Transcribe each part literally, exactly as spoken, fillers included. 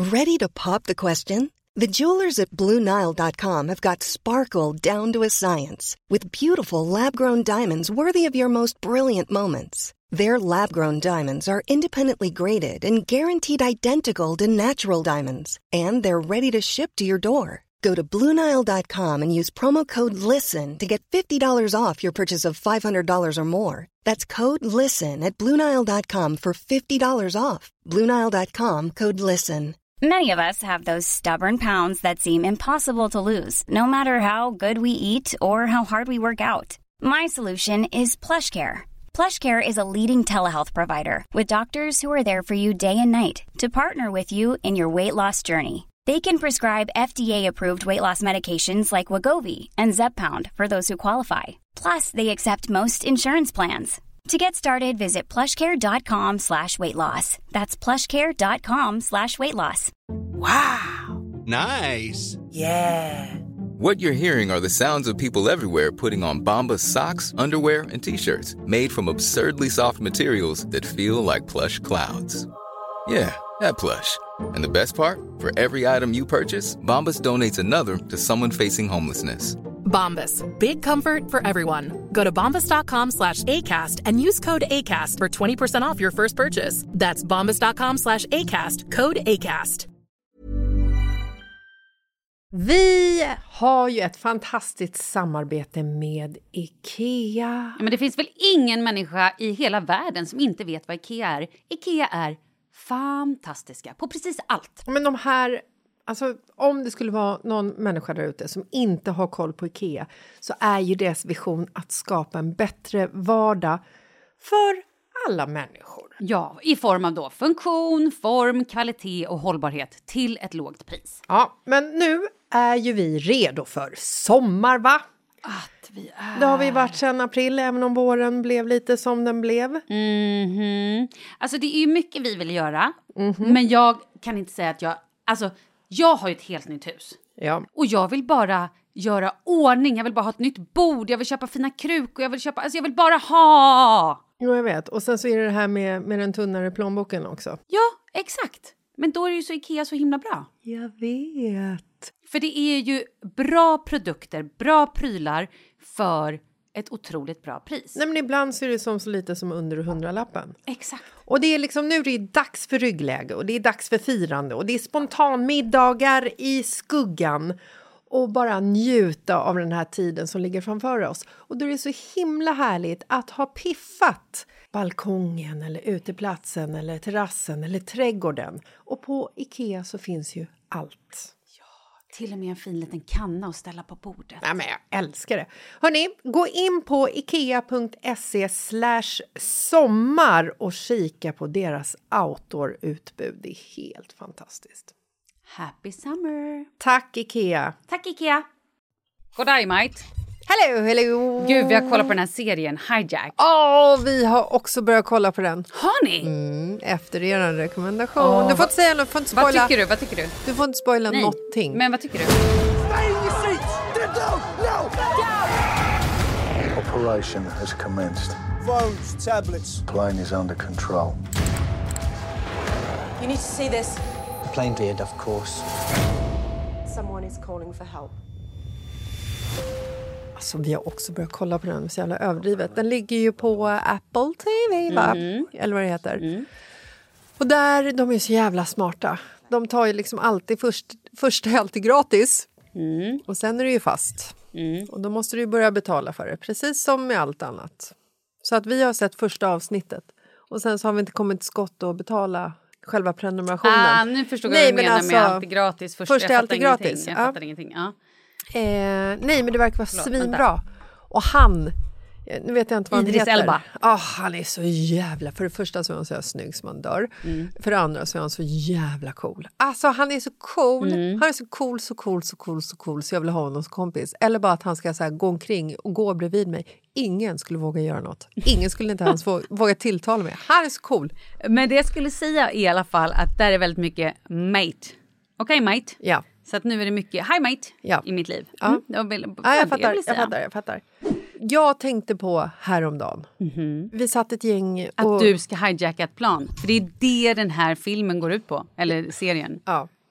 Ready to pop the question? The jewelers at Blue Nile dot com have got sparkle down to a science with beautiful lab-grown diamonds worthy of your most brilliant moments. Their lab-grown diamonds are independently graded and guaranteed identical to natural diamonds, and they're ready to ship to your door. Go to Blue Nile dot com and use promo code LISTEN to get fifty dollars off your purchase of five hundred dollars or more. That's code LISTEN at Blue Nile dot com for fifty dollars off. Blue Nile dot com, code LISTEN. Many of us have those stubborn pounds that seem impossible to lose, no matter how good we eat or how hard we work out. My solution is PlushCare. PlushCare is a leading telehealth provider with doctors who are there for you day and night to partner with you in your weight loss journey. They can prescribe F D A-approved weight loss medications like Wegovy and Zepbound for those who qualify. Plus, they accept most insurance plans. To get started, visit plushcare.com slash weight loss. That's plushcare.com slash weight loss. Wow. Nice. Yeah. What you're hearing are the sounds of people everywhere putting on Bombas socks, underwear, and T-shirts made from absurdly soft materials that feel like plush clouds. Yeah, that plush. And the best part? For every item you purchase, Bombas donates another to someone facing homelessness. Bombas. Big comfort for everyone. Go to bombas.com slash ACAST and use code ACAST for twenty percent off your first purchase. That's bombas.com slash ACAST. Code ACAST. Vi har ju ett fantastiskt samarbete med IKEA. Ja, men det finns väl ingen människa i hela världen som inte vet vad IKEA är. IKEA är fantastiska på precis allt. Men de här, alltså om det skulle vara någon människa där ute som inte har koll på IKEA, så är ju deras vision att skapa en bättre vardag för alla människor. Ja, i form av då funktion, form, kvalitet och hållbarhet till ett lågt pris. Ja, men nu är ju vi redo för sommar, va? Att vi är... Det har vi varit sedan april, även om våren blev lite som den blev. Mhm. Alltså det är ju mycket vi vill göra. Mm-hmm. Men jag kan inte säga att jag... Alltså, jag har ju ett helt nytt hus. Ja. Och jag vill bara göra ordning. Jag vill bara ha ett nytt bord. Jag vill köpa fina krukor. Jag vill köpa... Alltså jag vill bara ha... Jo, jag vet. Och sen så är det det här med, med den tunnare plånboken också. Ja, exakt. Men då är ju så IKEA så himla bra. Jag vet. För det är ju bra produkter, bra prylar för ett otroligt bra pris. Nej, men ibland så är det som så lite som under hundralappen. Exakt. Och det är liksom, nu är det dags för ryggläge och det är dags för firande och det är spontanmiddagar i skuggan. Och bara njuta av den här tiden som ligger framför oss. Och då är det så himla härligt att ha piffat balkongen eller uteplatsen eller terrassen eller trädgården. Och på IKEA så finns ju allt. Till och med en fin liten kanna att ställa på bordet. Ja, men jag älskar det. Hörrni, gå in på ikea.se slash sommar och kika på deras outdoor-utbud. Det är helt fantastiskt. Happy summer. Tack IKEA. Tack IKEA. Goddag mate. Hello, hello. Gud, vi har kollat på den här serien Hijack. Ja, oh, vi har också börjat kolla på den. Har ni? Mm, efter er rekommendation. Oh, du får inte säga något, du får inte spoila. Vad tycker du? Vad tycker du? Du får inte spoila Nej. någonting. Men vad tycker du? Operation has commenced. Phones, tablets. Plane is under control. You need to see this. The plane did, of course. Someone is calling for help. Alltså, vi har också börjat kolla på den, så jävla överdrivet. Den ligger ju på Apple T V, va? Mm. Eller vad det heter. Mm. Och där, de är så jävla smarta. De tar ju liksom alltid först, först är alltid gratis. Mm. Och sen är det ju fast. Mm. Och då måste du ju börja betala för det. Precis som med allt annat. Så att vi har sett första avsnittet. Och sen så har vi inte kommit till skott och betala själva prenumerationen. Ah, nu förstår jag vad du menar alltså, med alltid gratis. Först, först är jag alltid gratis. gratis. Jag ja. fattar ingenting. Ja. Eh, nej, men det verkar vara Förlåt, svinbra. vänta. Och han, nu vet jag inte vad han Idris heter. Elba. Oh, han är så jävla, för det första så är han så snygg som man dör. Mm. För det andra så är han så jävla cool. Alltså han är så cool. Mm. Han är så cool, så cool, så cool, så cool. Så jag vill ha honom som kompis. Eller bara att han ska så här, gå omkring och gå bredvid mig. Ingen skulle våga göra något. Ingen skulle inte ens våga tilltala mig. Han är så cool. Men det jag skulle säga i alla fall att där är väldigt mycket mate. Okej, okay, mate. Ja. Så att nu är det mycket hi mate ja. i mitt liv. Ja, mm, jag, vill, ja jag, fattar, jag, jag fattar, jag fattar. Jag tänkte på häromdagen. Mm-hmm. Vi satt ett gäng och... Att du ska hijacka ett plan. För det är det den här filmen går ut på. Eller serien. Ja.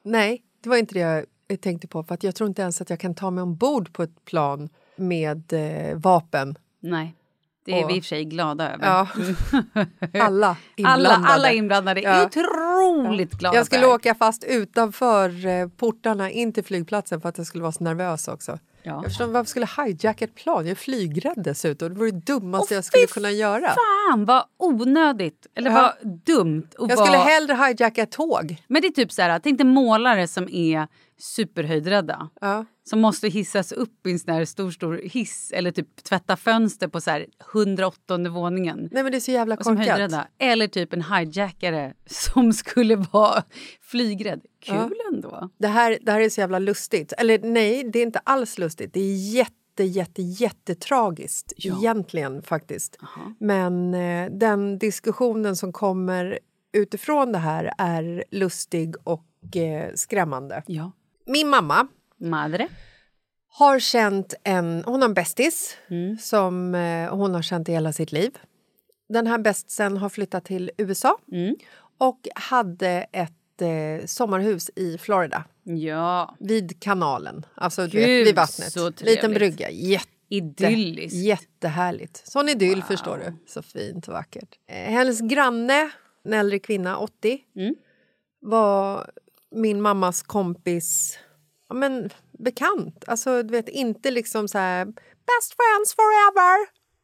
Nej, det var inte det jag tänkte på. För att jag tror inte ens att jag kan ta mig ombord på ett plan med eh, vapen. Nej, det är och, vi i och för sig glada över. Ja. alla inblandade. Alla, alla inblandade är ja. otroligt glada. Jag skulle åka fast utanför eh, portarna in till flygplatsen för att jag skulle vara så nervös också. Ja. Jag förstår varför skulle hijacka ett plan. Jag är flygrädd dessutom. Det var det dummaste oh, jag skulle kunna göra. Fan vad onödigt. Eller ja. vad dumt. Jag var... skulle hellre hijacka ett tåg. Men det är typ så här, tänk dig målare som är superhöjdrädda. Ja. Som måste hissas upp i en sån här stor, stor hiss. Eller typ tvätta fönster på så här hundraåttonde våningen. Nej men det är så jävla korkat. Eller typ en hijackare som skulle vara flygrädd. Kul ja. ändå. Det här, det här är så jävla lustigt. Eller nej, det är inte alls lustigt. Det är jätte, jätte, jättetragiskt. Ja. Egentligen faktiskt. Aha. Men eh, den diskussionen som kommer utifrån det här är lustig och eh, skrämmande. Ja. Min mamma Madre. har känt en, hon har en bästis mm. som eh, hon har känt i hela sitt liv. Den här bästisen har flyttat till U S A mm. och hade ett eh, sommarhus i Florida. Ja. Vid kanalen, alltså Gud, du vet, vid vattnet. Så liten brygga, jätte, idylliskt. Jättehärligt. Sån idyll wow. förstår du. Så fint och vackert. Eh, hennes granne, en äldre kvinna, åttio, mm. var min mammas kompis, ja, men bekant. Alltså du vet, inte liksom så här best friends forever.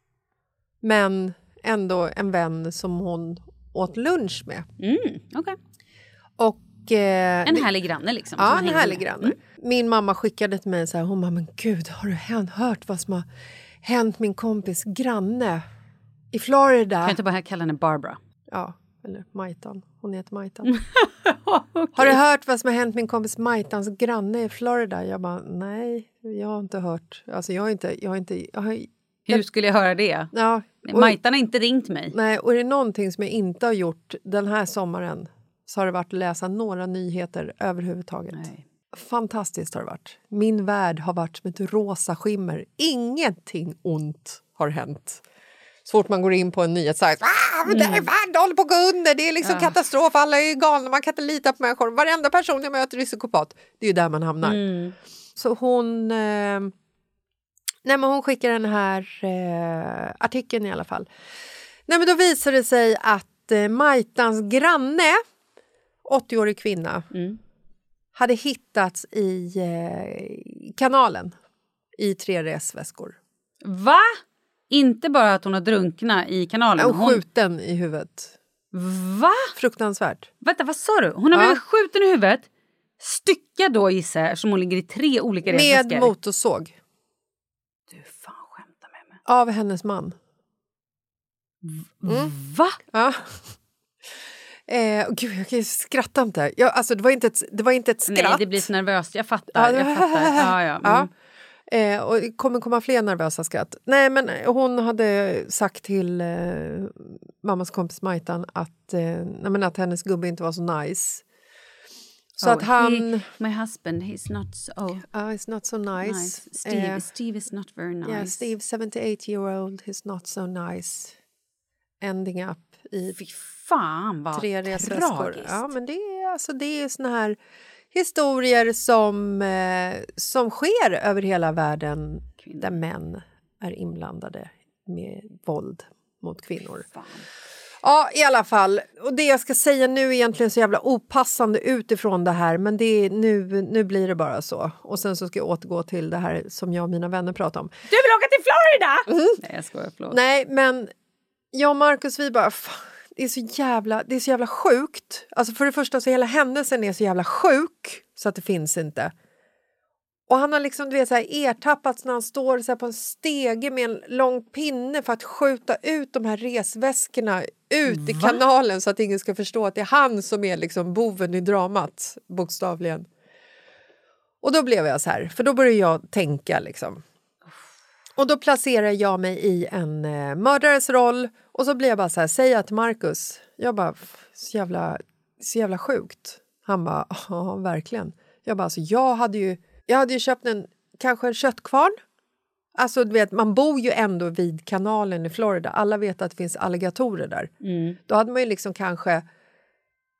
Men ändå en vän som hon åt lunch med. Mm, okej. Okay. Och eh, en härlig granne liksom. Ja, en härlig granne. Mm. Min mamma skickade till mig så här, hon bara, men gud, har du hört vad som har hänt min kompis granne i Florida? Kan jag inte bara kalla henne Barbara? Ja, eller Majtan. Hon heter Majtan. Okay. Har du hört vad som har hänt min kompis Majtans granne i Florida? Jag bara, nej, jag har inte hört. Alltså jag har inte, jag har inte, jag har, hur skulle jag höra det? Ja. Och, Majtan har inte ringt mig. Nej, och är det någonting som jag inte har gjort den här sommaren så har det varit att läsa några nyheter överhuvudtaget. Nej. Fantastiskt har det varit. Min värld har varit som ett rosa skimmer. Ingenting ont har hänt. Så fort man går in på en nyhetssajt. Ah, men det är världen håller på att gå under. Det är liksom ja. katastrof. Alla är galna. Man kan inte lita på människor. Varenda person jag möter är psykopat. Det är ju där man hamnar. Mm. Så hon... Eh, nej, men hon skickar den här eh, artikeln i alla fall. Nej, men då visar det sig att eh, Majtans granne, åttio-årig kvinna, mm. hade hittats i eh, kanalen i tre resväskor. Va? Inte bara att hon har drunknat i kanalen. Och hon... skjuten i huvudet. Va? Fruktansvärt. Vänta, vad sa du? Hon har ja. blivit skjuten i huvudet. Styckad då gissar jag, som hon ligger i tre olika resväskor. Med motorsåg. Du fan skämtar med mig. Av hennes man. Mm. Va? Ja. Eh, gud, jag skrattar inte. Jag, alltså, det, var inte ett, det var inte ett skratt. Nej, det blir så nervöst. Jag fattar. Ja, jag fattar. Ja, ja. Mm. ja. Eh, och det kommer komma fler nervösa skratt. Nej, men hon hade sagt till eh, mammas kompis Majtan att, eh, nej, men att hennes gubbe inte var så nice. Så oh, att han... He, my husband, he's not so... Uh, he's not so nice. nice. Steve, uh, Steve is not very nice. Yeah, Steve, seventy-eight year old, he's not so nice. Ending up i... Fy fan vad tre resväskor. Ja, men det är, alltså, det är såna här historier som, eh, som sker över hela världen. Kvinnor. Där män är inblandade med våld mot kvinnor. Ja, i alla fall. Och det jag ska säga nu är egentligen så jävla opassande utifrån det här. Men det är, nu, nu blir det bara så. Och sen så ska jag återgå till det här som jag och mina vänner pratar om. Du vill åka till Florida? Mm. Nej, jag skojar, förlåt. Nej, men jag och Marcus, vi bara... Det är så jävla, det är så jävla sjukt. Alltså för det första så hela händelsen är så jävla sjuk så att det finns inte. Och han har liksom, du vet, så här ertappats när han står så här på en stege med en lång pinne för att skjuta ut de här resväskorna ut Va? i kanalen så att ingen ska förstå att det är han som är liksom boven i dramat, bokstavligen. Och då blev jag så här, för då började jag tänka liksom. Och då placerar jag mig i en eh, mördares roll. Och så blir jag bara så här, säger jag till Marcus. Jag bara, så jävla, så jävla sjukt. Han bara, ja verkligen. Jag bara, alltså jag hade ju, jag hade ju köpt en, kanske en köttkvarn. Alltså du vet, man bor ju ändå vid kanalen i Florida. Alla vet att det finns alligatorer där. Mm. Då hade man ju liksom kanske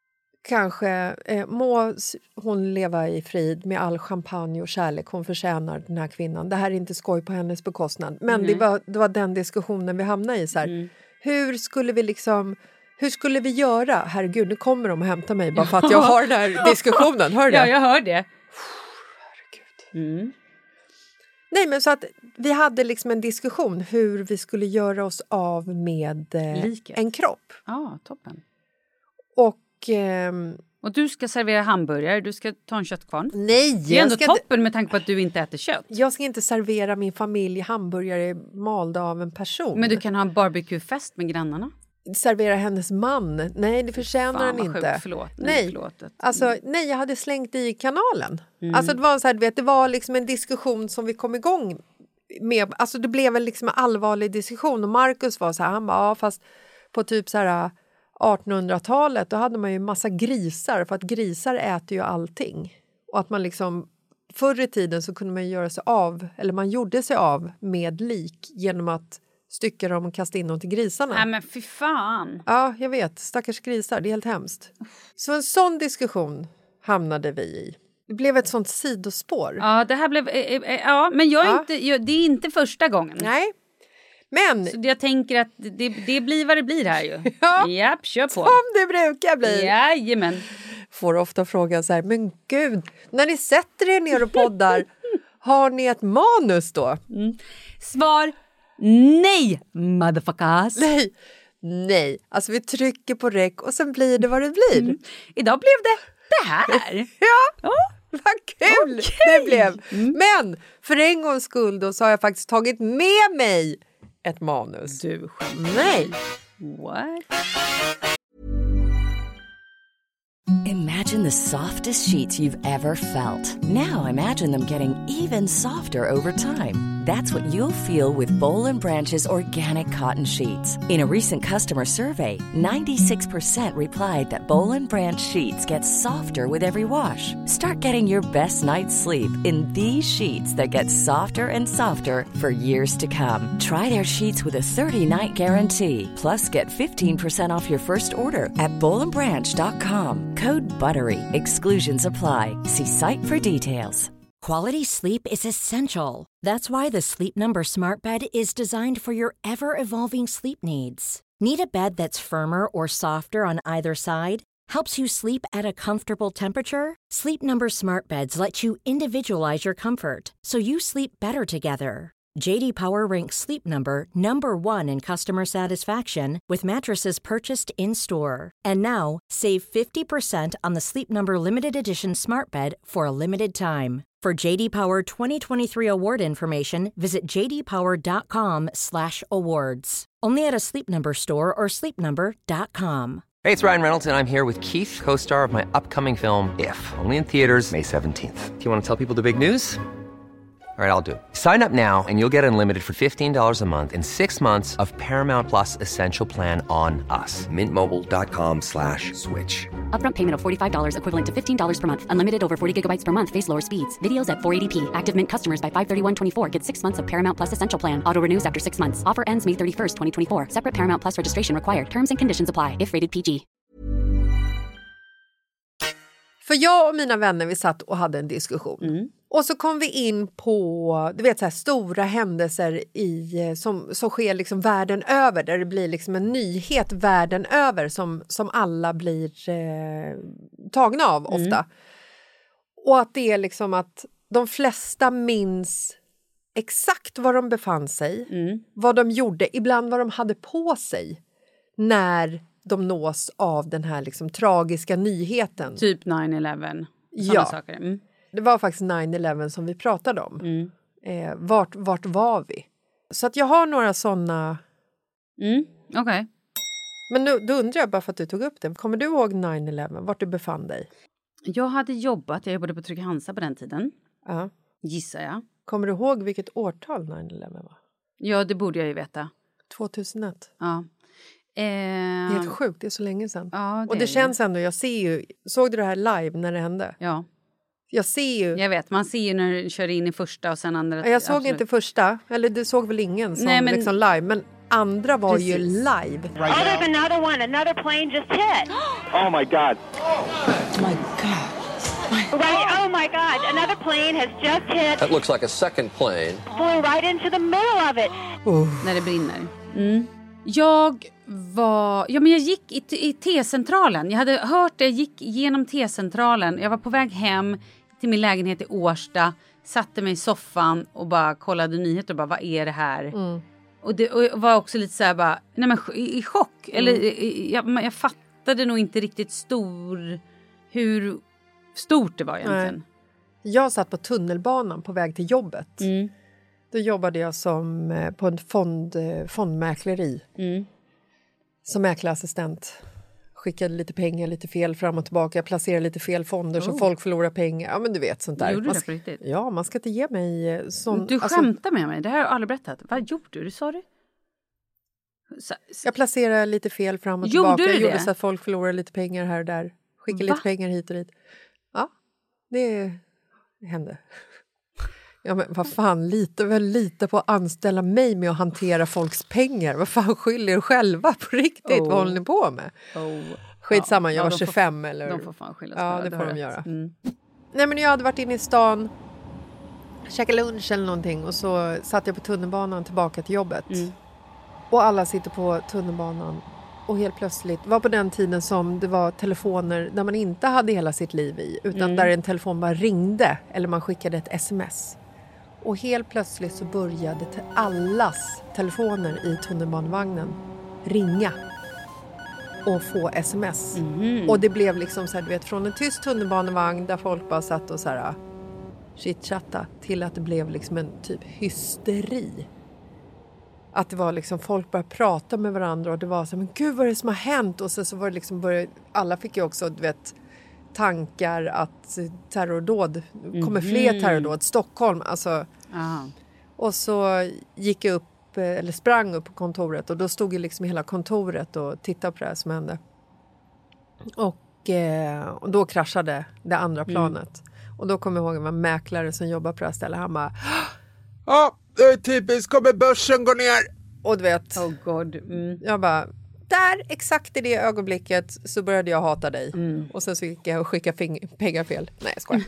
kanske eh, må hon leva i frid med all champagne och kärlek hon förtjänar, den här kvinnan. Det här är inte skoj på hennes bekostnad. Men mm. det, var, det var den diskussionen vi hamnade i. Så här. Mm. Hur skulle vi liksom... Hur skulle vi göra? Herregud, nu kommer de och hämtar mig bara för att jag har den här diskussionen. Hör du? Ja, jag hör det. Herregud. Mm. Nej, men så att vi hade liksom en diskussion hur vi skulle göra oss av med eh, en kropp. Ja, ah, toppen. Och... Ehm, och du ska servera hamburgare, du ska ta en köttkvarn. Nej! Det är ändå ska toppen med tanke på att du inte äter kött. Jag ska inte servera min familj hamburgare malda av en person. Men du kan ha en barbecuefest med grannarna. Servera hennes man. Nej, det förtjänar han inte. Sjuk, förlåt. Nej, förlåt. alltså, nej, jag hade slängt i kanalen. Mm. Alltså det var så här, du vet, det var liksom en diskussion som vi kom igång med. Alltså det blev en liksom allvarlig diskussion. Och Marcus var så här, han bara, ja, fast på typ så här artonhundratalet då hade man ju massa grisar. För att grisar äter ju allting. Och att man liksom, förr i tiden så kunde man göra sig av, eller man gjorde sig av med lik genom att stycka dem och kasta in dem till grisarna. Nej men fy fan. Ja, jag vet. Stackars grisar. Det är helt hemskt. Så en sån diskussion hamnade vi i. Det blev ett sånt sidospår. Ja, det här blev... Ja, men jag är ja. inte, jag, det är inte första gången. Nej. Men... Så jag tänker att det, det blir vad det blir här ju. Ja, japp, kör på. Som det brukar bli. Jajamän. Får ofta frågan så här, men gud, när ni sätter er ner och poddar, har ni ett manus då? Mm. Svar... Nej, motherfuckers. Nej, nej. Alltså vi trycker på räck och sen blir det vad det blir. Mm. Idag blev det det här. Ja, oh. Vad kul okay. det blev. Mm. Men för en gångs skull då så har jag faktiskt tagit med mig ett manus. Du skämt. Nej. What? Imagine the softest sheets you've ever felt. Now imagine them getting even softer over time. That's what you'll feel with Boll and Branch's organic cotton sheets. In a recent customer survey, ninety-six percent replied that Boll and Branch sheets get softer with every wash. Start getting your best night's sleep in these sheets that get softer and softer for years to come. Try their sheets with a thirty-night guarantee. Plus, get fifteen percent off your first order at boll and branch dot com. Code BUTTERY. Exclusions apply. See site for details. Quality sleep is essential. That's why the Sleep Number Smart Bed is designed for your ever-evolving sleep needs. Need a bed that's firmer or softer on either side? Helps you sleep at a comfortable temperature? Sleep Number Smart Beds let you individualize your comfort, so you sleep better together. J D Power ranks Sleep Number number one in customer satisfaction with mattresses purchased in-store. And now, save fifty percent on the Sleep Number Limited Edition Smart Bed for a limited time. For J D Power twenty twenty-three award information, visit j d power dot com slash awards. Only at a Sleep Number store or sleep number dot com. Hey, it's Ryan Reynolds, and I'm here with Keith, co-star of my upcoming film, If, only in theaters May seventeenth. Do you want to tell people the big news? All right, I'll do it. Sign up now and you'll get unlimited for fifteen dollars a month and six months of Paramount Plus Essential Plan on us. Mint Mobile dot com slash switch. Upfront payment of forty-five dollars equivalent to fifteen dollars per month. Unlimited over forty gigabytes per month. Face lower speeds. Videos at four eighty p. Active Mint customers by five thirty-one twenty-four get six months of Paramount Plus Essential Plan. Auto renews after six months. Offer ends May thirty-first, twenty twenty-four. Separate Paramount Plus registration required. Terms and conditions apply if rated P G. För jag och mina vänner, vi satt och hade en diskussion. Mm. Och så kom vi in på, du vet, så här stora händelser i, som, som sker liksom världen över. Där det blir liksom en nyhet världen över som, som alla blir eh, tagna av ofta. Mm. Och att det är liksom att de flesta minns exakt var de befann sig. Mm. Vad de gjorde, ibland vad de hade på sig när de nås av den här liksom tragiska nyheten. Typ nine eleven. Ja, saker. Mm. Det var faktiskt nine eleven som vi pratade om. Mm. Eh, vart, vart var vi? Så att jag har några sådana... Mm, okej. Okay. Men nu, då undrar jag bara för att du tog upp det. Kommer du ihåg nine eleven? Vart du befann dig? Jag hade jobbat, jag jobbade på Trygg Hansa på den tiden. Ja. Gissar jag. Kommer du ihåg vilket årtal nine eleven var? Ja, det borde jag ju veta. tjugohundraett. Ja. Det är helt sjukt, det är så länge sedan. Ja, det och det känns ändå, jag ser ju, såg du det här live när det hände? Ja. Jag ser ju. Jag vet, man ser ju när du kör in i första och sen andra. Jag såg absolut. Inte första, eller du såg väl ingen som Nej, men... liksom live, men andra var Precis. ju live. Oh, there's another one. Another plane just hit. Oh my God. Oh my God. Right, oh my God, another plane has just hit. That looks like a second plane. Flew right into the middle of it. Uh. När det brinner. Mm. Jag var, ja men jag gick i, i T-centralen. Jag hade hört det, jag gick genom T-centralen. Jag var på väg hem till min lägenhet i Årsta. Satte mig i soffan och bara kollade nyheter och bara, vad är det här? Mm. Och det och var också lite så här bara, nej men i, i chock. Mm. Eller jag, jag fattade nog inte riktigt stor, hur stort det var egentligen. Nej. Jag satt på tunnelbanan på väg till jobbet. Mm. Då jobbade jag som på en fond, fondmäkleri. Mm. Som mäklarassistent. Skickade lite pengar lite fel fram och tillbaka. Placerade lite fel fonder oh. så folk förlorar pengar. Ja men du vet sånt där. Gjorde du man det ska, på riktigt? Ja, man ska inte ge mig sån... Du alltså, skämtar med mig. Det här har jag aldrig berättat. Vad gjorde du? Du sa det? Så, jag placerade lite fel fram och tillbaka. Jag gjorde så att folk förlorar lite pengar här och där. Skickade Va? lite pengar hit och dit. Ja, det hände. Ja men vad fan, lite väl lite på att anställa mig med att hantera folks pengar. Vad fan, skyller er själva på riktigt? Oh. Vad håller ni på med? Oh. Skitsamma, jag ja, var de tjugofem får, eller... De får fan skillas. Ja, det, det får de göra. Mm. Nej men jag hade varit inne i stan, käkade lunch eller någonting och så satt jag på tunnelbanan tillbaka till jobbet. Mm. Och alla sitter på tunnelbanan och helt plötsligt, var på den tiden som det var telefoner där man inte hade hela sitt liv i, utan mm. där en telefon bara ringde eller man skickade ett sms. Och helt plötsligt så började te- allas telefoner i tunnelbanevagnen ringa och få sms. Mm. Och det blev liksom så här, du vet, från en tyst tunnelbanevagn där folk bara satt och så här chitchatta till att det blev liksom en typ hysteri. Att det var liksom, folk började prata med varandra och det var så här, men gud vad är det som har hänt? Och så, så var det liksom, började, alla fick ju också, du vet, tankar att terrordåd, mm. kommer fler terrordåd, Stockholm, alltså. Aha. Och så gick jag upp, eller sprang upp på kontoret och då stod ju liksom hela kontoret och tittade på det här som hände. Och, eh, och då kraschade det andra planet. Mm. Och då kommer jag ihåg en var mäklare som jobbar på det här stället, han bara, ja, det är typiskt, kommer börsen gå ner? Och du vet, oh God. Mm. jag bara, där, exakt i det ögonblicket så började jag hata dig. Mm. Och sen så gick jag och skickade fing- pengar fel. Nej, jag skojar.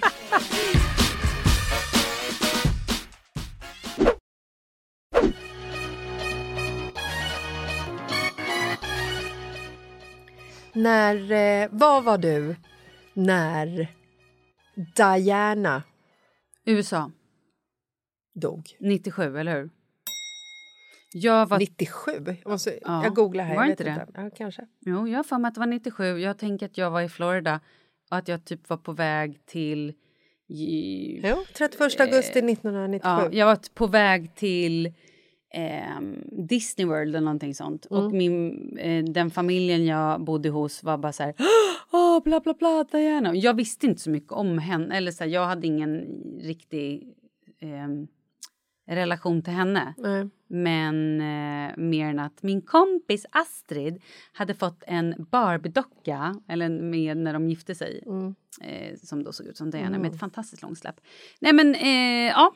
När, eh, vad var du när Diana U S A dog? nittiosju, eller hur? Jag var... nittiosju? Jag, måste, ja. jag googlar här. Var jag inte vet det? Inte. Ja, kanske. Jo, jag har för mig att det var nittiosju. Jag tänker att jag var i Florida och att jag typ var på väg till... Jo, trettioförsta augusti nittonhundranittiosju. Ja, jag var på väg till eh, Disney World eller någonting sånt. Mm. Och min, eh, den familjen jag bodde hos var bara så här... Åh, oh, bla bla bla, Diana. Jag visste inte så mycket om henne. Eller så här, jag hade ingen riktig... Eh, relation till henne. Nej. Men eh, mer än att min kompis Astrid hade fått en Barbie-docka, eller med när de gifte sig, mm. eh, som då såg ut som Diana, mm. med ett fantastiskt långsläpp. Nej men, eh, ja.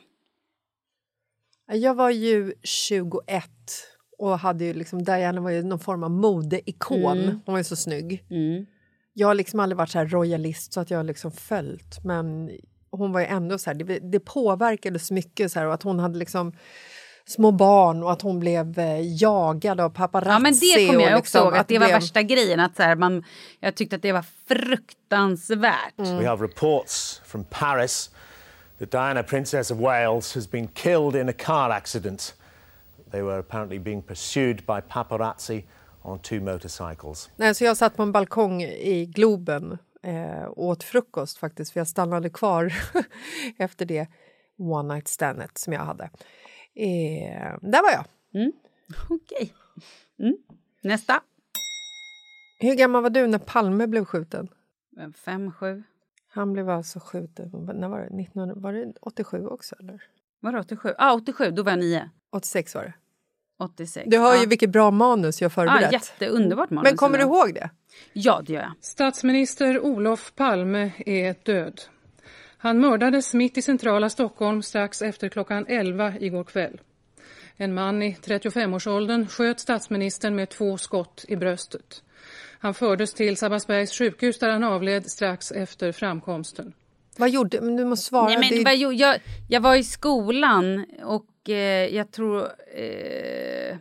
Jag var ju tjugoett och hade ju liksom, Diana var ju någon form av modeikon. Mm. Hon var ju så snygg. Mm. Jag har liksom aldrig varit så här royalist så att jag har liksom följt, men hon var ju ändå så här, det, det påverkade så mycket så här, och att hon hade liksom små barn och att hon blev eh, jagad av paparazzi. Ja men det kommer jag liksom, också ihåg, att, att det, det var blev... värsta grejen, att så här, man, jag tyckte att det var fruktansvärt. Mm. We have reports from Paris that Diana, Princess of Wales, has been killed in a car accident. They were apparently being pursued by paparazzi on two motorcycles. Nej, så jag satt på en balkong i Globen eh, och åt frukost faktiskt, för jag stannade kvar efter det one night standet som jag hade. Eh, där var jag. Mm. Okej. Okay. Mm. Nästa. Hur gammal var du när Palme blev skjuten? Fem, sju. Han blev alltså skjuten. När var det? nittonhundra, var det åttiosju också eller? Var det åttiosju? Ja, ah, åttiosju. Då var jag nio. åttiosex var det. åttiosex. Du hör ja. ju vilket bra manus jag förberett. Ja, jätteunderbart manus. Men kommer du ihåg det? Ja, det gör jag. Statsminister Olof Palme är död. Han mördades mitt i centrala Stockholm strax efter klockan elva igår kväll. En man i trettiofemårsåldern sköt statsministern med två skott i bröstet. Han fördes till Sabbatsbergs sjukhus där han avled strax efter framkomsten. Vad gjorde du? Du måste svara. Nej, men det... vad, jag, jag, jag var i skolan och eh, jag tror... Eh,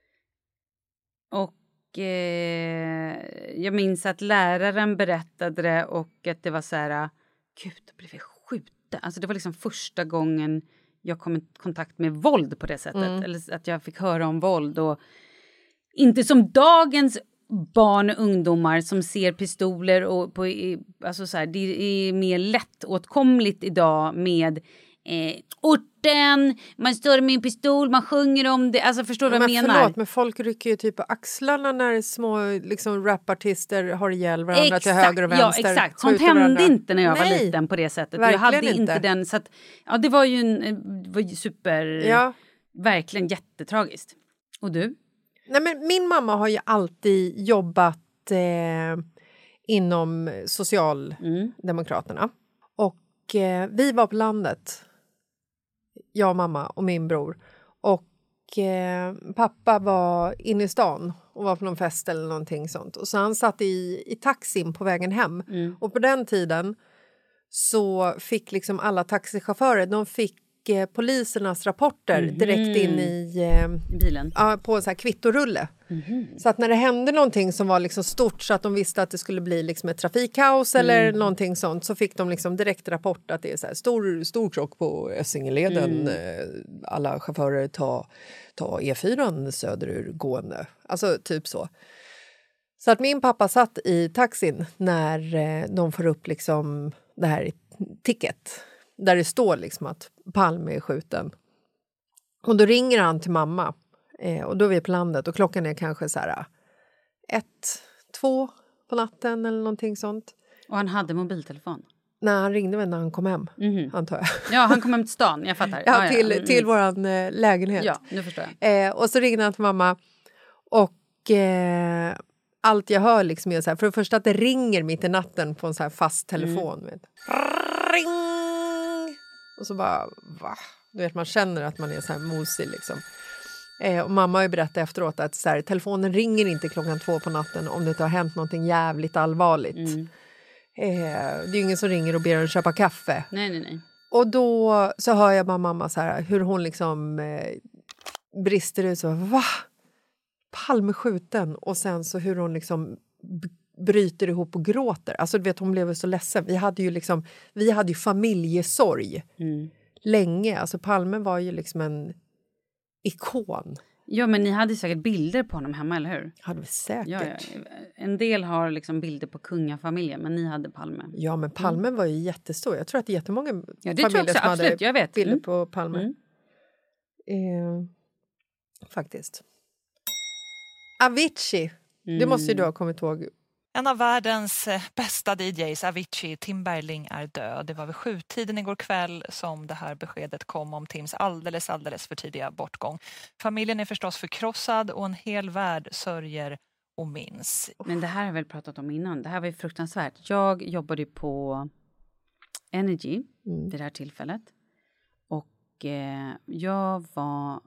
och eh, jag minns att läraren berättade det och att det var så här... Gud, då blev vi skjuta. Alltså det var liksom första gången jag kom i kontakt med våld på det sättet. Mm. Eller att jag fick höra om våld. Och inte som dagens barn och ungdomar som ser pistoler. Och på, alltså så här, det är mer lättåtkomligt idag med eh, orten. Man står med en pistol, man sjunger om det. Alltså förstår du vad jag menar? Förlåt, men folk rycker ju typ på axlarna när små liksom, rapartister har ihjäl varandra exakt, till höger och vänster. Ja, exakt. Sånt hände varandra. Inte när jag Nej, var liten på det sättet. Jag hade inte, inte den. Så att, ja, det var ju en, var ju super... Ja. Verkligen jättetragiskt. Och du? Nej, men min mamma har ju alltid jobbat eh, inom Socialdemokraterna. Mm. Och eh, vi var på landet. Jag, mamma och min bror. Och eh, pappa var inne i stan och var på någon fest eller någonting sånt. Och så han satt i, i taxin på vägen hem. Mm. Och på den tiden så fick liksom alla taxichaufförer, de fick eh, polisernas rapporter mm. direkt in i eh, bilen. Ja, på en så här kvittorulle. Mm. Så att när det hände någonting som var liksom stort så att de visste att det skulle bli liksom ett trafikkaos mm. eller någonting sånt, så fick de liksom direkt rapport att det är så här stor, stor krock på Essingeleden. Mm. Alla chaufförer tar ta E fyra söderur gående. Alltså typ så. Så att min pappa satt i taxin när eh, de får upp liksom det här ticket där det står liksom att Palme är skjuten. Och då ringer han till mamma. Eh, och då är vi på landet och klockan är kanske så här ett, två på natten eller någonting sånt. Och han hade mobiltelefon? Nej, han ringde väl när han kom hem, mm. antar jag. Ja, han kom hem till stan, jag fattar. Ja, ah, till, ja. Mm. till våran eh, lägenhet. Ja, nu förstår jag. Eh, och så ringde han till mamma och eh, allt jag hör liksom är så här, för det första att det ringer mitt i natten på en så här fast telefon. Mm. Vet. Ring! Och så bara, va? Du vet, man känner att man är så här mosig liksom. Eh, och mamma har ju berättat efteråt att så här, telefonen ringer inte klockan två på natten om det inte har hänt någonting jävligt allvarligt. Mm. Eh, det är ju ingen som ringer och ber en köpa kaffe. Nej, nej, nej. Och då så hör jag bara mamma så här, hur hon liksom eh, brister ut så, va? Palme skjuten. Och sen så hur hon liksom b- bryter ihop och gråter. Alltså du vet, hon blev så ledsen. Vi hade ju liksom, vi hade ju familjesorg mm. länge. Alltså Palme var ju liksom en ikon. Ja, men ni hade säkert bilder på honom hemma, eller hur? Hade vi säkert. Ja, ja. En del har liksom bilder på kungafamiljen, men ni hade Palme. Ja, men Palme mm. var ju jättestor. Jag tror att det är jättemånga ja, det familjer tror jag också, som absolut. hade jag vet. bilder mm. på Palme. Mm. Eh, faktiskt. Avicii, mm. det måste ju du ha kommit ihåg. En av världens bästa D Js, Avicii, Tim Bergling, är död. Det var vid sjutiden igår kväll som det här beskedet kom om Tims alldeles, alldeles för tidiga bortgång. Familjen är förstås förkrossad och en hel värld sörjer och minns. Men det här har jag väl pratat om innan. Det här var ju fruktansvärt. Jag jobbade på Energy mm. vid det här tillfället. Och eh, jag var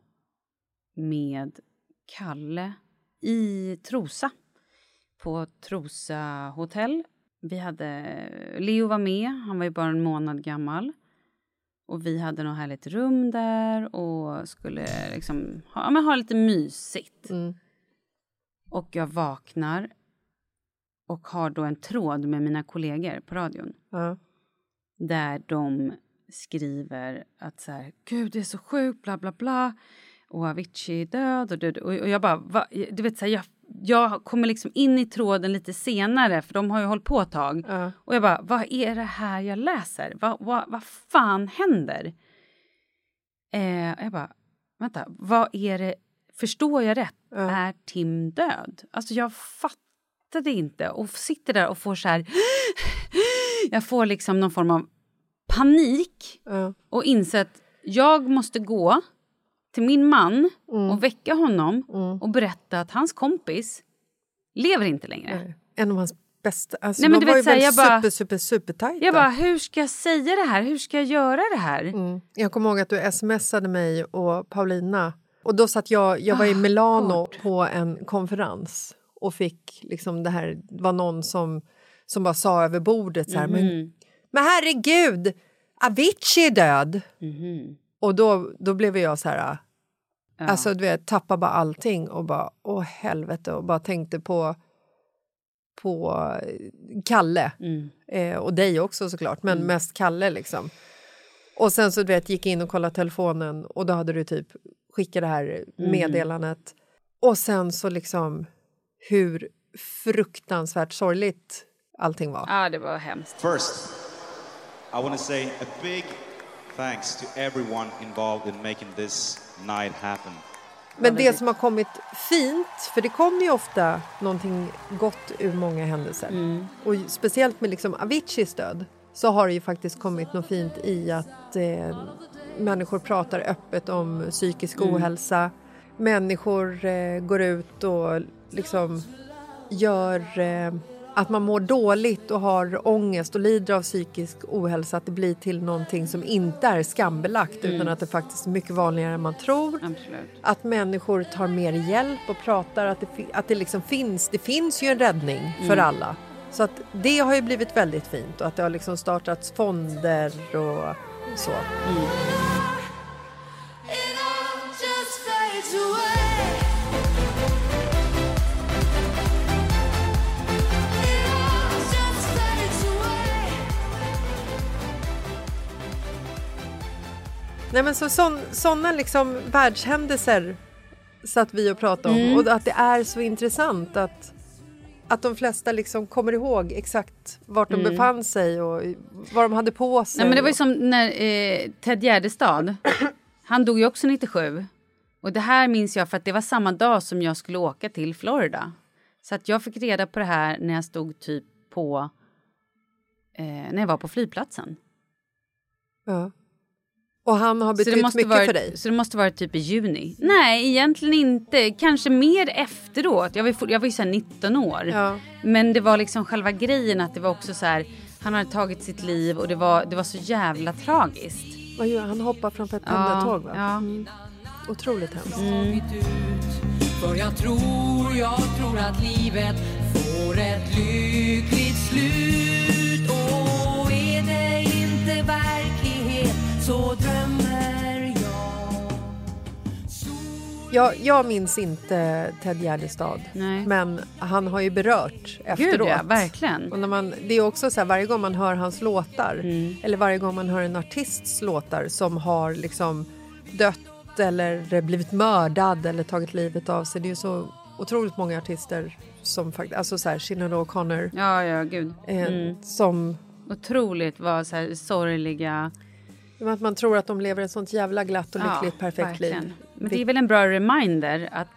med Kalle i Trosa. På Trosa hotell. Vi hade, Leo var med, han var ju bara en månad gammal. Och vi hade något härligt rum där och skulle liksom ha, men ha lite mysigt. Mm. Och jag vaknar och har då en tråd med mina kollegor på radion. Mm. Där de skriver att så här, gud det är så sjukt, bla bla bla. Och Avicii är död och död. Och, och jag bara, va, du vet så här, jag Jag kommer liksom in i tråden lite senare. För de har ju hållit på ett tag. Uh. Och jag bara, vad är det här jag läser? Vad, vad, vad fan händer? Eh, jag bara, vänta. Vad är det? Förstår jag rätt? Uh. Är Tim död? Alltså jag fattade inte. Och sitter där och får så här. Jag får liksom någon form av panik. Uh. Och inser att jag måste gå till min man mm. och väcka honom mm. och berätta att hans kompis lever inte längre. Nej. En av hans bästa. Alltså Nej, men de du var vet, ju så här, väldigt jag bara, super, super, super tajta. Jag bara, hur ska jag säga det här? Hur ska jag göra det här? Mm. Jag kommer ihåg att du smsade mig och Paulina och då satt jag, jag var i Milano på en konferens och fick liksom det här, var någon som, som bara sa över bordet så här, mm. men, men herregud, Avicii är död. Mm. Och då, då blev jag så här, ja. alltså du vet, tappade bara allting och bara, åh helvete, och bara tänkte på på Kalle mm. eh, och dig också såklart, men mm. mest Kalle liksom. Och sen så du vet, gick in och kollade telefonen och då hade du typ skickat det här meddelandet. Mm. Och sen så liksom hur fruktansvärt sorgligt allting var. Ja, det var hemskt. First, I want to say a big thanks to everyone involved in making this night happen. Men det som har kommit fint, för det kommer ju ofta någonting gott ur många händelser. Mm. Och speciellt med liksom Aviciis död så har det ju faktiskt kommit något fint i att eh, människor pratar öppet om psykisk mm. ohälsa. Människor eh, går ut och liksom gör eh, att man mår dåligt och har ångest och lider av psykisk ohälsa, att det blir till någonting som inte är skambelagt mm. utan att det faktiskt är mycket vanligare än man tror. Absolut. Att människor tar mer hjälp och pratar, att det, att det liksom finns, det finns ju en räddning för mm. alla. Så att det har ju blivit väldigt fint och att det har liksom startats fonder och så. Mm. Nej, men så sån, såna liksom världshändelser satt vi och pratade om mm. och att det är så intressant att att de flesta liksom kommer ihåg exakt vart de mm. befann sig och vad de hade på sig. Nej, men det var ju som när eh, Ted Gärdestad, han dog ju också nittiosju. Och det här minns jag för att det var samma dag som jag skulle åka till Florida. Så att jag fick reda på det här när jag stod typ på, eh, när jag var på flygplatsen. Ja. Och han har betytt mycket varit, för dig. Så det måste vara typ i juni. Nej, egentligen inte. Kanske mer efteråt. Jag var, jag var ju så här nitton år. Ja. Men det var liksom själva grejen att det var också så här, han hade tagit sitt liv och det var, det var så jävla tragiskt. Vad gör han? Hoppar framför ett pendeltåg, va? Ja. Mm. Otroligt hemskt. Mm. För jag tror, jag tror att livet får ett lyckligt slut. Och är det inte verklighet så drömmer jag. Jag, jag minns inte Ted Gärdestad. Nej. Men han har ju berört efteråt. Gud, ja, verkligen. Och när man, det är också så här, varje gång man hör hans låtar mm. eller varje gång man hör en artists låtar som har liksom dött eller blivit mördad eller tagit livet av sig. Det är ju så otroligt många artister som faktiskt, alltså så här, Sinéad O'Connor. Ja, ja, gud. Mm. Eh, som otroligt var så här sorgliga. Att man tror att de lever ett sånt jävla glatt och lyckligt, ja, perfekt verkligen. liv. Men det är väl en bra reminder att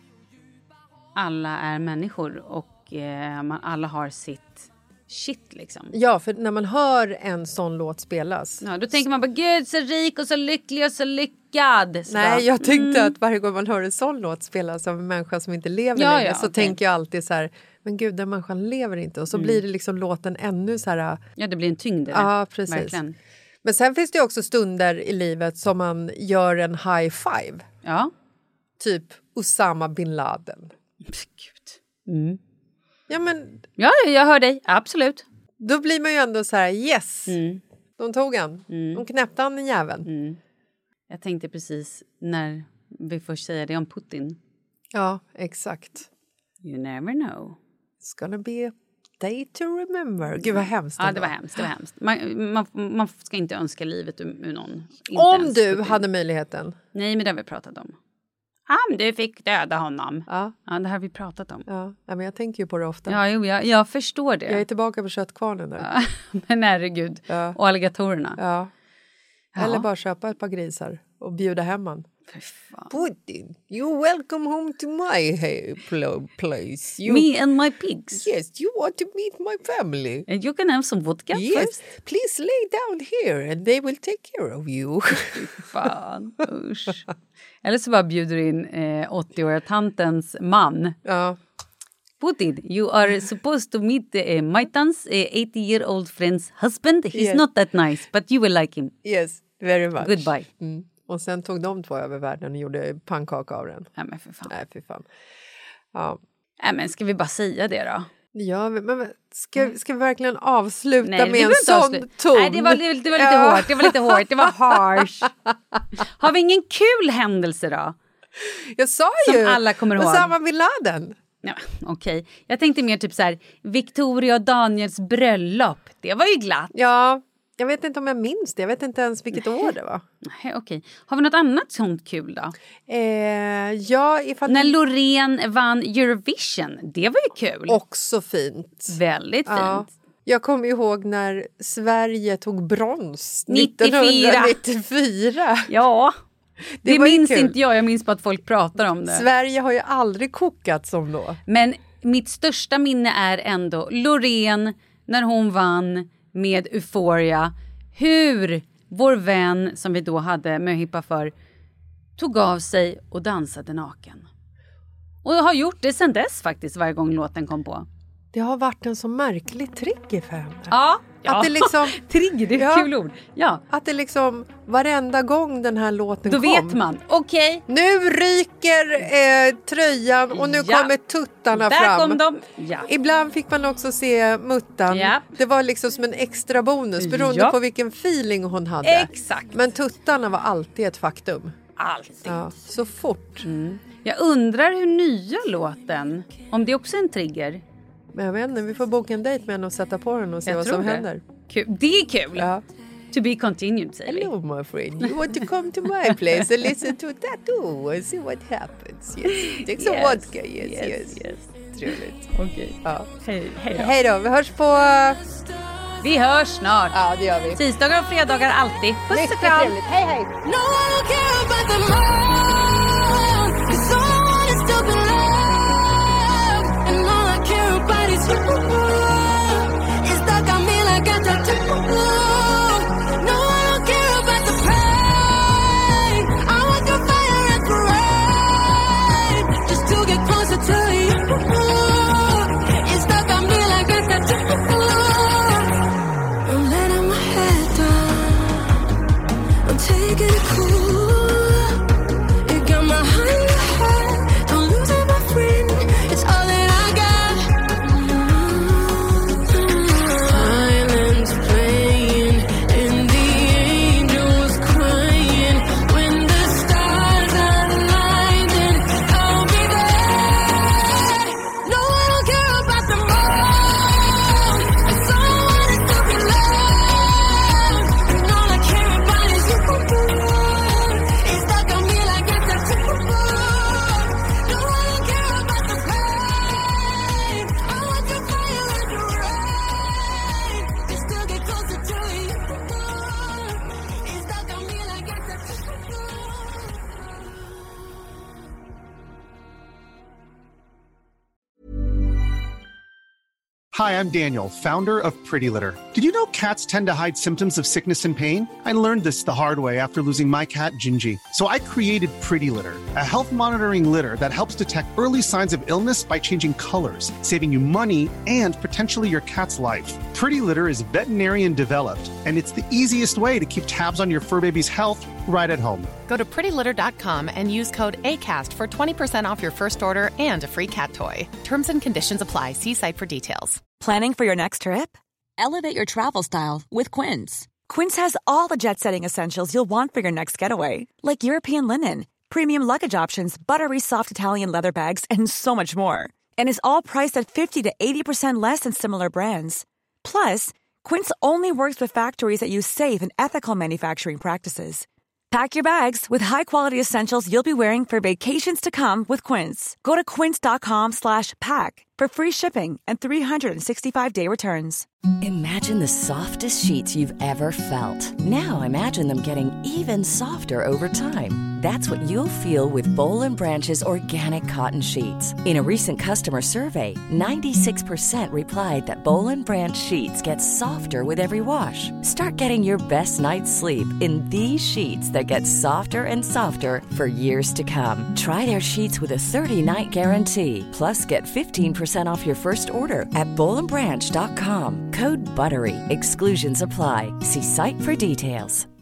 alla är människor och eh, man alla har sitt shit liksom. Ja, för när man hör en sån låt spelas. Ja, då tänker man bara, gud så rik och så lycklig och så lyckad. Så nej, bara, jag tänkte mm. att varje gång man hör en sån låt spelas av en människa som inte lever ja, längre, ja, så okay. tänker jag alltid så här, men gud, den människan lever inte. Och så mm. blir det liksom låten ännu så här. Ja, det blir en tyngd. Ja, precis. Verkligen. Men sen finns det också stunder i livet som man gör en high five. Ja. Typ Osama bin Laden. Gud. Mm. Ja, men... Ja, jag hör dig. Absolut. Då blir man ju ändå så här, yes. Mm. De tog han. Mm. De knäppte han den jäveln. Mm. Jag tänkte precis när vi först säger det om Putin. Ja, exakt. You never know. It's gonna be a day to remember. Gud vad hemskt. Ja, det var hemskt. Det var hemskt. Man, man, man ska inte önska livet ur, ur någon. Inte om du Putin. Hade möjligheten. Nej, men det har vi pratat om. Om du fick döda honom. Ja. Ja, det har vi pratat om. Ja, men jag tänker ju på det ofta. Ja, jo, jag, jag förstår det. Jag är tillbaka på köttkvarnen där. Ja, men herregud. Ja. Och alligatorerna. Ja. Ja. Eller bara köpa ett par grisar och bjuda hem man. Putin, you're welcome home to my place. You... Me and my pigs. Yes, you want to meet my family. And you can have some vodka yes. first. Please lay down here and they will take care of you. Fan, usch. Eller så bara bjuder in eh, åttio-åriga tantens man. Ja. Putin, you are supposed to meet uh, my tant's uh, eighty-year-old friend's husband. He's yes. not that nice, but you will like him. Yes, very much. Goodbye. Mm. Och sen tog de två över världen och gjorde pannkaka av den. Nej men för fan. Nej, för fan. Ja. Nej men ska vi bara säga det då? Ja, men ska, ska vi verkligen avsluta Nej, med en sån ton? Nej, det var, det, det var lite ja. hårt. Det var lite hårt. Det var harsh. Har vi ingen kul händelse då? Jag sa Som ju. alla kommer ihåg. Osama bin Laden. Ja, okej. Okay. Jag tänkte mer typ så här, Victoria och Daniels bröllop. Det var ju glatt. Ja, jag vet inte om jag minns det. Jag vet inte ens vilket Nej. år det var. Nej, okej. Okay. Har vi något annat sånt kul då? Eh, ja, ifall... När Loreen vann Eurovision. Det var ju kul. Också fint. Väldigt fint. Ja. Jag kommer ihåg när Sverige tog brons nittiofyra. nittonhundranittiofyra. Ja. Det, det minns kul. inte jag, jag minns på att folk pratar om det. Sverige har ju aldrig kokat som då. Men mitt största minne är ändå Loreen när hon vann med Euphoria. Hur vår vän som vi då hade möhippa för tog av sig och dansade naken. Och har gjort det sedan dess faktiskt varje gång låten kom på. Det har varit en så märklig trigger för henne. Ja, ja. Att det liksom, trigger, det är ja, kul ord. Ja. Att det liksom varenda gång den här låten Då kom. Då vet man, okej. Okay. Nu ryker eh, tröjan och nu ja. kommer tuttarna Där fram. Kom de. Ja. Ibland fick man också se muttan. Ja. Det var liksom som en extra bonus beroende ja. på vilken feeling hon hade. Exakt. Men tuttarna var alltid ett faktum. Alltid. Ja, så fort. Mm. Jag undrar hur nya låten, om det också är en trigger. Men jag vet inte, vi får boka en dejt med henne och sätta på den och se jag vad som det. händer. Kul. Det är kul. Ja. To be continued, säger vi. Hello my friend, you want to come to my place and listen to that too and see what happens. Yes. Take some yes. vodka, yes, yes. yes. yes. Trevligt. Okej. Okay. Ja. Hej, hej då. Hej då, vi hörs på... Vi hörs snart. Ja, det gör vi. Tisdagar och fredagar alltid. Puss och kram. Trevligt. Hej, hej. Hi, I'm Daniel, founder of Pretty Litter. Did you know cats tend to hide symptoms of sickness and pain? I learned this the hard way after losing my cat, Gingy. So I created Pretty Litter, a health monitoring litter that helps detect early signs of illness by changing colors, saving you money and potentially your cat's life. Pretty Litter is veterinarian developed, and it's the easiest way to keep tabs on your fur baby's health right at home. Go to pretty litter dot com and use code ACAST for twenty percent off your first order and a free cat toy. Terms and conditions apply. See site for details. Planning for your next trip? Elevate your travel style with Quince. Quince has all the jet-setting essentials you'll want for your next getaway, like European linen, premium luggage options, buttery soft Italian leather bags, and so much more. And is all priced at fifty to eighty percent less than similar brands. Plus, Quince only works with factories that use safe and ethical manufacturing practices. Pack your bags with high-quality essentials you'll be wearing for vacations to come with Quince. Go to quince dot com slash pack for free shipping and three sixty-five day returns. Imagine the softest sheets you've ever felt. Now imagine them getting even softer over time. That's what you'll feel with Boll and Branch's organic cotton sheets. In a recent customer survey, ninety-six percent replied that Boll and Branch sheets get softer with every wash. Start getting your best night's sleep in these sheets that get softer and softer for years to come. Try their sheets with a thirty-night guarantee. Plus, get fifteen percent off your first order at boll and branch dot com. Code BUTTERY. Exclusions apply. See site for details.